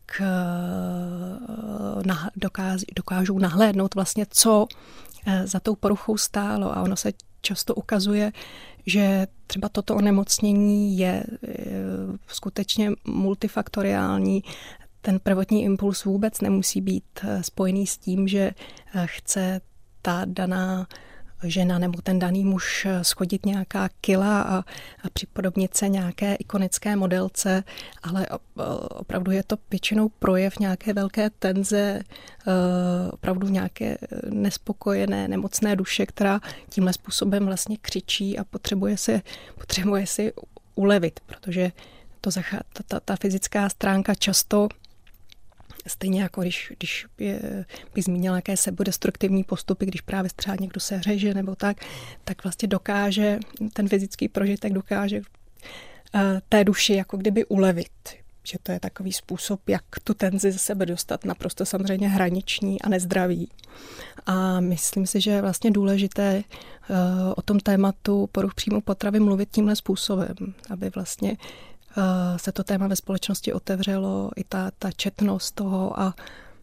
dokážou nahlédnout vlastně, co za tou poruchou stálo. A ono se často ukazuje, že třeba toto onemocnění je skutečně multifaktoriální. Ten prvotní impuls vůbec nemusí být spojený s tím, že chce ta daná žena nebo ten daný muž schodit nějaká kila a připodobnit se nějaké ikonické modelce, ale opravdu je to většinou projev nějaké velké tenze, opravdu nějaké nespokojené, nemocné duše, která tímhle způsobem vlastně křičí a potřebuje si ulevit, protože ta fyzická stránka často stejně jako když bych zmínila nějaké sebedestruktivní postupy, když právě třeba někdo se řeže nebo tak vlastně dokáže, ten fyzický prožitek dokáže té duši jako kdyby ulevit. Že to je takový způsob, jak tu tenzi ze sebe dostat, naprosto samozřejmě hraniční a nezdravý. A myslím si, že je vlastně důležité o tom tématu poruch příjmu potravy mluvit tímhle způsobem, aby vlastně se to téma ve společnosti otevřelo, i ta četnost toho a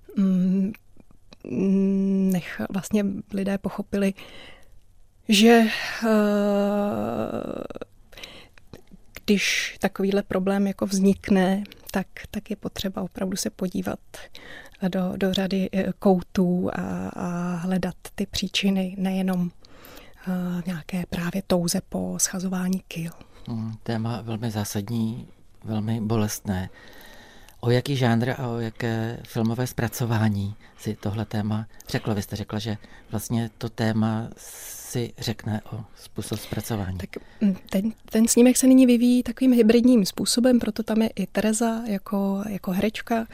vlastně lidé pochopili, že když takovýhle problém jako vznikne, tak je potřeba opravdu se podívat do řady koutů a hledat ty příčiny, nejenom nějaké právě touze po schazování kil. Téma velmi zásadní, velmi bolestné. O jaký žánr a o jaké filmové zpracování si tohle téma řekla? Vy jste řekla, že vlastně to téma si řekne o způsob zpracování. Tak ten snímek se nyní vyvíjí takovým hybridním způsobem, proto tam je i Tereza jako herečka.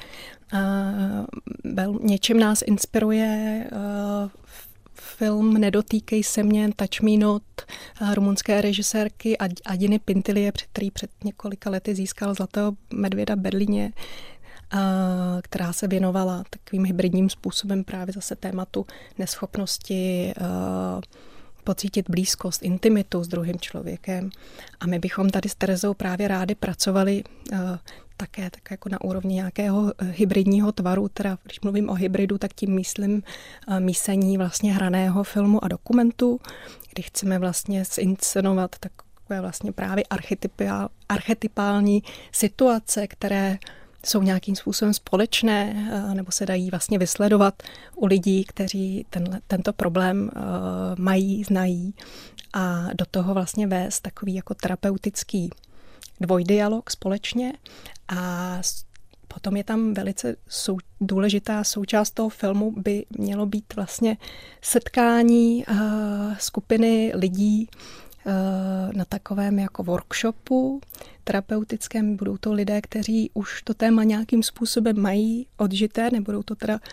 Něčem nás inspiruje film Nedotýkej se mě, Touch Me Not, rumunské režisérky Adiny Pintilie, který před několika lety získal Zlatého medvěda v Berlíně, která se věnovala takovým hybridním způsobem právě zase tématu neschopnosti pocítit blízkost, intimitu s druhým člověkem. A my bychom tady s Terezou právě rádi pracovali také tak jako na úrovni nějakého hybridního tvaru, teda když mluvím o hybridu, tak tím myslím mísení vlastně hraného filmu a dokumentu, kdy chceme vlastně zinscenovat takové vlastně právě archetypální situace, které jsou nějakým způsobem společné nebo se dají vlastně vysledovat u lidí, kteří tento problém mají, znají a do toho vlastně vést takový jako terapeutický dvojdialog společně a potom je tam velice důležitá součást toho filmu by mělo být vlastně setkání skupiny lidí na takovém jako workshopu terapeutickém. Budou to lidé, kteří už to téma nějakým způsobem mají odžité, nebudou to teda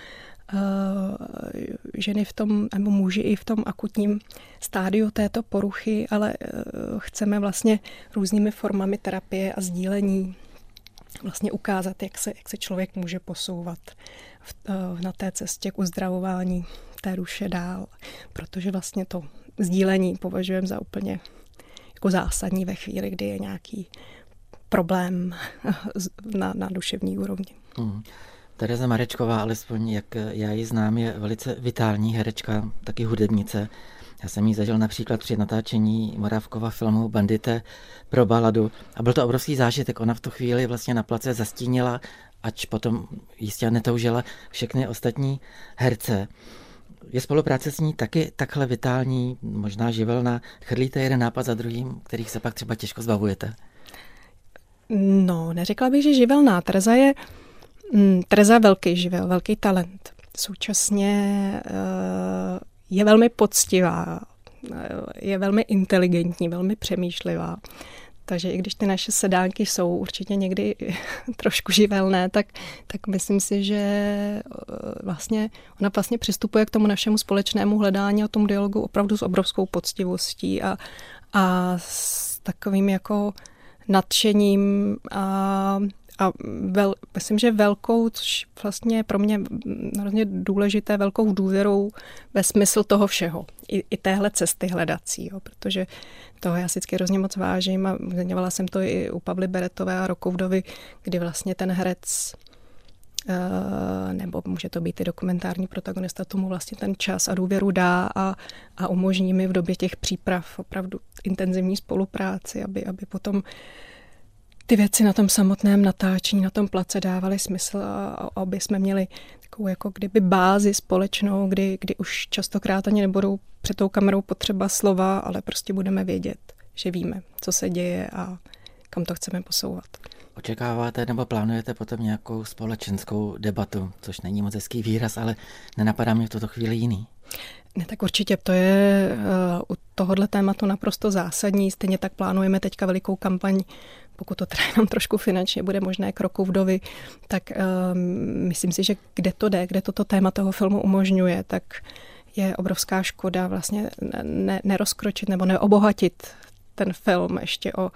ženy v tom, nebo muži i v tom akutním stádiu této poruchy, ale chceme vlastně různými formami terapie a sdílení vlastně ukázat, jak se člověk může posouvat na té cestě k uzdravování té duše dál, protože vlastně to sdílení považujeme za úplně jako zásadní ve chvíli, kdy je nějaký problém na duševní úrovni. Tereza Marečková, alespoň jak já ji znám, je velice vitální herečka, taky hudebnice. Já jsem ji zažil například při natáčení Morávkova filmu Bandité pro baladu a byl to obrovský zážitek. Ona v tu chvíli vlastně na place zastínila, ač potom jistě netoužila všechny ostatní herce. Je spolupráce s ní taky takhle vitální, možná živelná? Chrlíte jeden nápad za druhým, kterých se pak třeba těžko zbavujete? No, neřekla bych, že živelná. Tereza je velký živel, velký talent. Současně je velmi poctivá, je velmi inteligentní, velmi přemýšlivá. Takže i když ty naše sedánky jsou určitě někdy trošku živelné, tak myslím si, že ona vlastně přistupuje k tomu našemu společnému hledání a tomu dialogu opravdu s obrovskou poctivostí a s takovým jako nadšením a myslím, že velkou, což vlastně pro mě hrozně důležité, velkou důvěrou ve smysl toho všeho. I téhle cesty hledací, jo, protože toho já si vždycky hrozně moc vážím a zmiňovala jsem to i u Pavly Beretové a Rokoudovy, kdy vlastně ten herec, nebo může to být i dokumentární protagonista, tomu vlastně ten čas a důvěru dá a umožní mi v době těch příprav opravdu intenzivní spolupráci, aby potom ty věci na tom samotném natáčení, na tom place dávaly smysl a aby jsme měli takovou jako kdyby bázi společnou, kdy už častokrát ani nebudou před tou kamerou potřeba slova, ale prostě budeme vědět, že víme, co se děje a kam to chceme posouvat. Očekáváte nebo plánujete potom nějakou společenskou debatu, což není moc hezký výraz, ale nenapadá mě v tuto chvíli jiný? Ne, tak určitě to je u tohohle tématu naprosto zásadní. Stejně tak plánujeme teďka velikou kampaň, pokud to teda jenom trošku finančně bude možné k roku vdovy, tak myslím si, že kde to jde, kde toto téma toho filmu umožňuje, tak je obrovská škoda vlastně nerozkročit nebo neobohatit ten film ještě o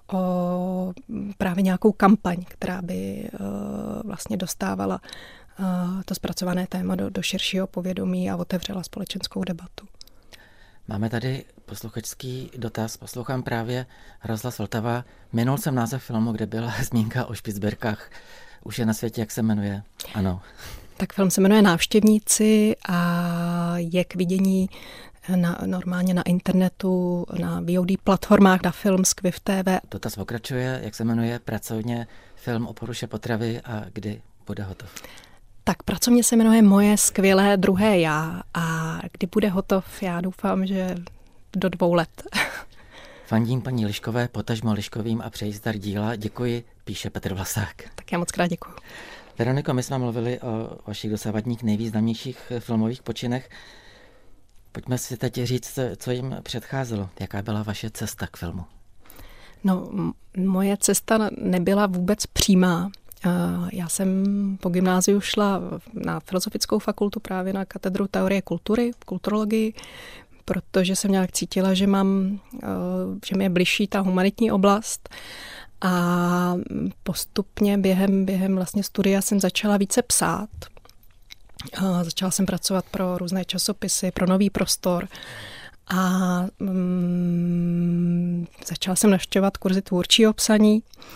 právě nějakou kampaň, která by vlastně dostávala to zpracované téma do širšího povědomí a otevřela společenskou debatu. Máme tady posluchačský dotaz. Poslouchám právě Rozhlas Vltava. Minul jsem název filmu, kde byla zmínka o Špicberkách. Už je na světě, jak se jmenuje? Ano. Tak film se jmenuje Návštěvníci a je k vidění normálně na internetu, na VOD platformách, na Filmskviv TV. Dotaz pokračuje, jak se jmenuje pracovně film o poruše potravy a kdy bude hotov? Tak pracovně se jmenuje Moje skvělé druhé já a kdy bude hotov, já doufám, že do 2 let. Fandím paní Liškové, potažmo Liškovým a přeji zdar díla. Děkuji, píše Petr Vlasák. Tak já moc krát děkuji. Veroniko, my jsme mluvili o vašich dosavadních nejvýznamnějších filmových počinech. Pojďme si teď říct, co jim předcházelo. Jaká byla vaše cesta k filmu? No, moje cesta nebyla vůbec přímá. Já jsem po gymnáziu šla na filozofickou fakultu právě na katedru teorie kultury, kulturologii, protože jsem nějak cítila, že mi je bližší ta humanitní oblast a postupně během vlastně studia jsem začala více psát. Začala jsem pracovat pro různé časopisy, pro Nový prostor a začala jsem navštěvovat kurzy tvůrčího psaní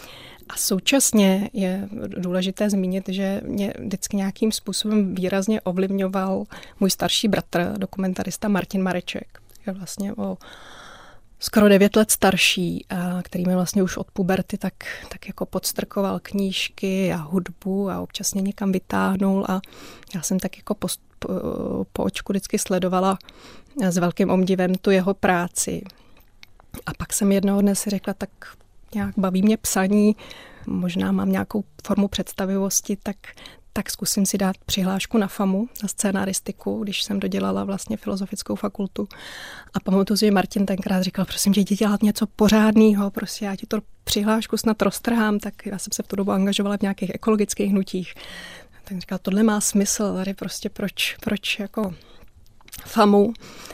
A současně je důležité zmínit, že mě vždycky nějakým způsobem výrazně ovlivňoval můj starší bratr, dokumentarista Martin Mareček. Je vlastně o skoro 9 let starší, který mi vlastně už od puberty tak jako podstrkoval knížky a hudbu a občas mě někam vytáhnul a já jsem tak jako po očku vždycky sledovala s velkým obdivem tu jeho práci. A pak jsem jednoho dne si řekla, tak nějak baví mě psaní, možná mám nějakou formu představivosti, tak zkusím si dát přihlášku na FAMu, na scénaristiku, když jsem dodělala vlastně filozofickou fakultu. A pamatuju si, že Martin tenkrát říkal, prosím tě, jdi dělat něco pořádného, prostě já ti to přihlášku snad roztrhám, tak já jsem se v tu dobu angažovala v nějakých ekologických hnutích. Tak říkal, tohle má smysl, tady prostě proč jako FAMu.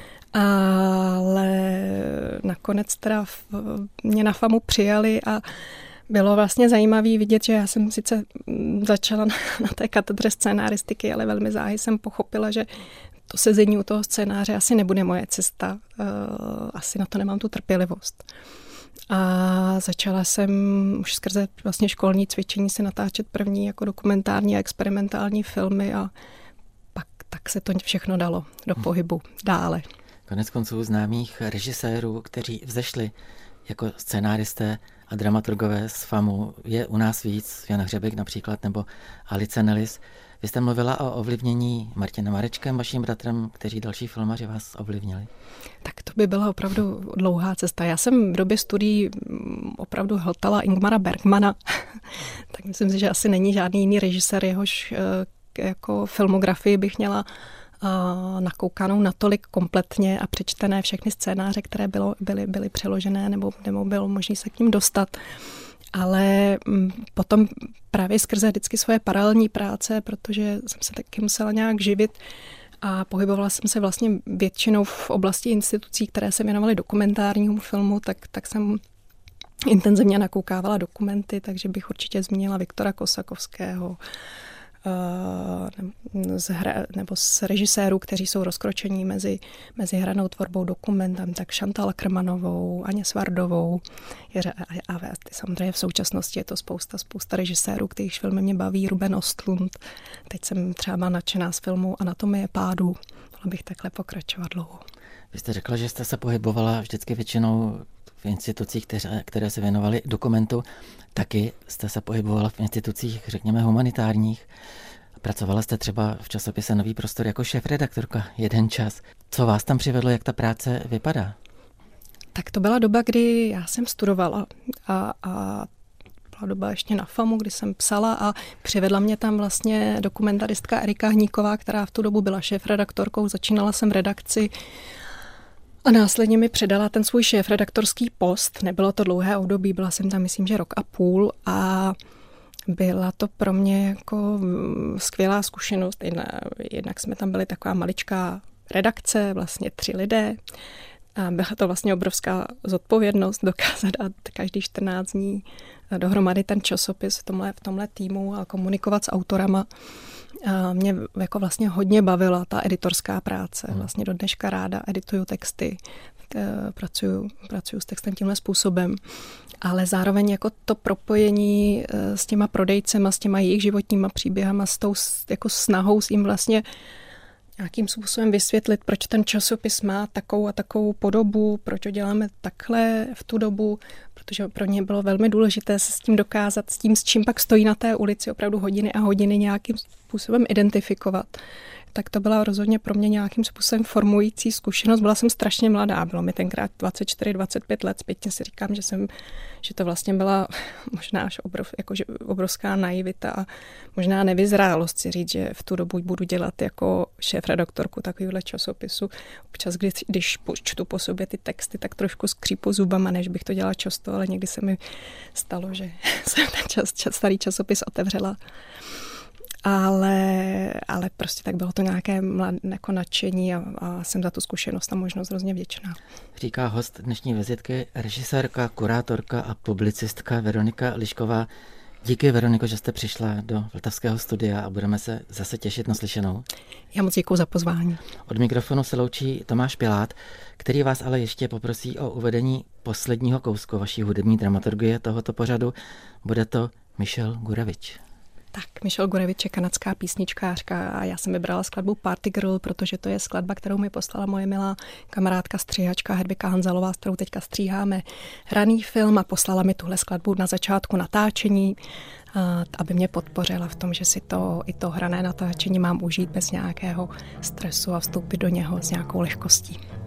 Ale nakonec teda mě na FAMu přijali a bylo vlastně zajímavé vidět, že já jsem sice začala na té katedře scénaristiky, ale velmi záhy jsem pochopila, že to sezení u toho scénáře asi nebude moje cesta. Asi na to nemám tu trpělivost. A začala jsem už skrze vlastně školní cvičení se natáčet první jako dokumentární a experimentální filmy a pak tak se to všechno dalo do pohybu dále. Konec konců známých režisérů, kteří vzešli jako scénáristé a dramaturgové z FAMu, je u nás víc, Jan Hřebek například, nebo Alice Nellis. Vy jste mluvila o ovlivnění Martinem Marečkem, vaším bratrem, kteří další filmaři vás ovlivnili? Tak to by byla opravdu dlouhá cesta. Já jsem v době studií opravdu hltala Ingmara Bergmana, tak myslím si, že asi není žádný jiný režisér, jehož jako filmografii bych měla nakoukanou natolik kompletně a přečtené všechny scénáře, které byly přeložené nebo bylo možné se k ním dostat. Ale potom právě skrze vždycky svoje paralelní práce, protože jsem se taky musela nějak živit a pohybovala jsem se vlastně většinou v oblasti institucí, které se věnovaly dokumentárnímu filmu, tak jsem intenzivně nakoukávala dokumenty, takže bych určitě zmínila Viktora Kosakovského, nebo z režisérů, kteří jsou rozkročení mezi hranou tvorbou dokumentem, tak Chantal Ackermanovou, Aně Svardovou. A samozřejmě v současnosti je to spousta režisérů, kterých filmy mě baví, Ruben Östlund. Teď jsem třeba nadšená z filmu Anatomie pádu. Mohla bych takhle pokračovat dlouho. Vy jste řekla, že jste se pohybovala vždycky většinou v institucích, které se věnovaly dokumentu. Taky jste se pohybovala v institucích, řekněme, humanitárních. Pracovala jste třeba v časopise Nový prostor jako šéfredaktorka jeden čas. Co vás tam přivedlo, jak ta práce vypadá? Tak to byla doba, kdy já jsem studovala a byla doba ještě na FAMu, kdy jsem psala a přivedla mě tam vlastně dokumentaristka Erika Hníková, která v tu dobu byla šéfredaktorkou. Začínala jsem v redakci a následně mi předala ten svůj šéfredaktorský post. Nebylo to dlouhé období, byla jsem tam, myslím, že 1,5 roku a byla to pro mě jako skvělá zkušenost. Jednak jsme tam byli taková maličká redakce, vlastně 3 lidé. A byla to vlastně obrovská zodpovědnost dokázat dát každý 14 dní dohromady ten časopis v tomhle týmu a komunikovat s autorama. A mě jako vlastně hodně bavila ta editorská práce. Vlastně do dneška ráda edituju texty, pracuju s textem tímhle způsobem. Ale zároveň jako to propojení s těma prodejcema, s těma jejich životníma příběhama, s tou jako snahou s jim vlastně nějakým způsobem vysvětlit, proč ten časopis má takovou a takovou podobu, proč ho děláme takhle v tu dobu, protože pro ně bylo velmi důležité se s tím dokázat, s tím, s čím pak stojí na té ulici, opravdu hodiny a hodiny nějakým způsobem identifikovat. Tak to byla rozhodně pro mě nějakým způsobem formující zkušenost. Byla jsem strašně mladá, bylo mi tenkrát 24-25 let, zpětně si říkám, že to vlastně byla možná až obrovská naivita a možná nevyzrálost si říct, že v tu dobu budu dělat jako šéfredaktorku takovýhle časopisu. Občas, když čtu po sobě ty texty, tak trošku skřípu zubama, než bych to dělala často, ale někdy se mi stalo, že jsem ten starý časopis otevřela. Ale prostě tak bylo to nějaké jako nadšení a jsem za tu zkušenost a možnost hrozně vděčná. Říká host dnešní vizitky, režisérka, kurátorka a publicistka Veronika Lišková. Díky, Veroniko, že jste přišla do Vltavského studia a budeme se zase těšit na slyšenou. Já moc děkuji za pozvání. Od mikrofonu se loučí Tomáš Pilát, který vás ale ještě poprosí o uvedení posledního kousku vaší hudební dramaturgie tohoto pořadu. Bude to Michelle Gurevich. Tak, Michelle Gurevich je kanadská písničkářka a já jsem vybrala skladbu Party Girl, protože to je skladba, kterou mi poslala moje milá kamarádka střihačka Hedvika Hanzalová, s kterou teďka stříháme raný film, a poslala mi tuhle skladbu na začátku natáčení, aby mě podpořila v tom, že si i to hrané natáčení mám užít bez nějakého stresu a vstoupit do něho s nějakou lehkostí.